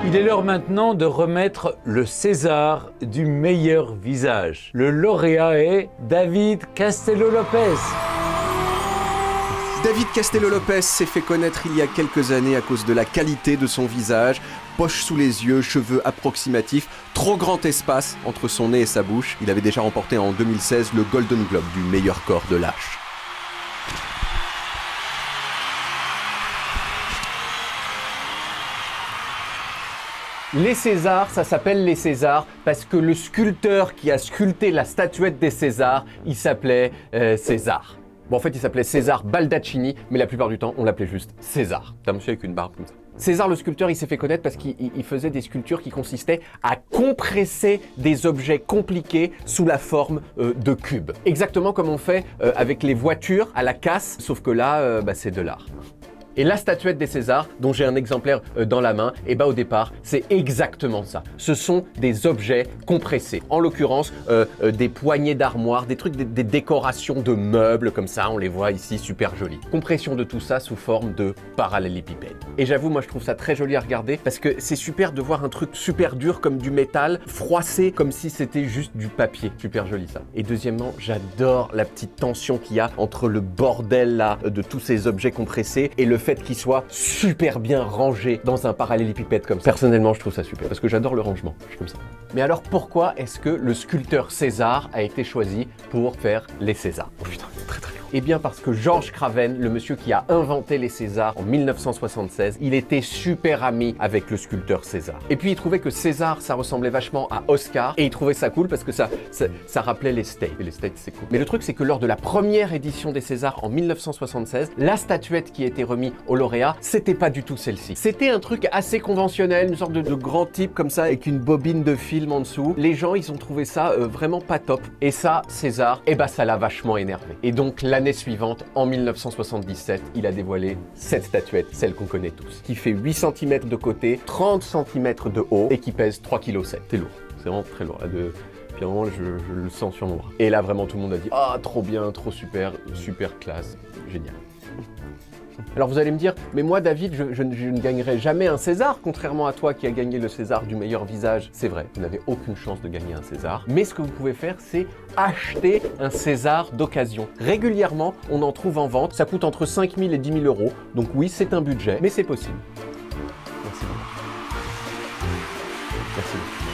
Il est l'heure maintenant de remettre le César du meilleur visage. Le lauréat est David Castello-Lopez. David Castello-Lopez s'est fait connaître il y a quelques années à cause de la qualité de son visage. Poche sous les yeux, cheveux approximatifs, trop grand espace entre son nez et sa bouche. Il avait déjà remporté en 2016 le Golden Globe du meilleur corps de lâche. Les Césars, ça s'appelle les Césars parce que le sculpteur qui a sculpté la statuette des Césars, il s'appelait César. Bon, en fait, il s'appelait César Baldaccini, mais la plupart du temps, on l'appelait juste César. C'est un monsieur avec une barbe comme ça. César, le sculpteur, il s'est fait connaître parce qu'il faisait des sculptures qui consistaient à compresser des objets compliqués sous la forme de cubes. Exactement comme on fait avec les voitures à la casse, sauf que là, c'est de l'art. Et la statuette des Césars, dont j'ai un exemplaire dans la main, et au départ, c'est exactement ça. Ce sont des objets compressés. En l'occurrence, des poignées d'armoire, des trucs, des décorations de meubles comme ça, on les voit ici, super jolies. Compression de tout ça sous forme de parallélépipède. Et j'avoue, moi je trouve ça très joli à regarder parce que c'est super de voir un truc super dur comme du métal, froissé comme si c'était juste du papier. Super joli ça. Et deuxièmement, j'adore la petite tension qu'il y a entre le bordel là de tous ces objets compressés et le fait qu'il soit super bien rangé dans un parallélépipède comme ça. Personnellement, je trouve ça super parce que j'adore le rangement. Je suis comme ça. Mais alors pourquoi est-ce que le sculpteur César a été choisi pour faire les Césars? Oh putain, très très bien. Eh bien parce que Georges Craven, le monsieur qui a inventé les Césars en 1976, il était super ami avec le sculpteur César. Et puis il trouvait que César, ça ressemblait vachement à Oscar et il trouvait ça cool parce que ça rappelait les States. Et les States, c'est cool. Mais le truc, c'est que lors de la première édition des Césars en 1976, la statuette qui était remise au lauréat, c'était pas du tout celle-ci. C'était un truc assez conventionnel, une sorte de grand type comme ça avec une bobine de film en dessous. Les gens, ils ont trouvé ça vraiment pas top. Et ça, César, ça l'a vachement énervé. Et donc l'année suivante, en 1977, il a dévoilé cette statuette, celle qu'on connaît tous, qui fait 8 cm de côté, 30 cm de haut et qui pèse 3,7 kg. C'est lourd, c'est vraiment très lourd. Puis à un moment, je le sens sur mon bras. Et là, vraiment, tout le monde a dit « Ah, trop bien, trop super, super classe, génial ». Alors vous allez me dire, mais moi David, je ne gagnerai jamais un César, contrairement à toi qui a gagné le César du meilleur visage. C'est vrai, vous n'avez aucune chance de gagner un César. Mais ce que vous pouvez faire, c'est acheter un César d'occasion. Régulièrement, on en trouve en vente. Ça coûte entre 5 000 et 10 000 euros. Donc oui, c'est un budget, mais c'est possible. Merci beaucoup. Merci beaucoup.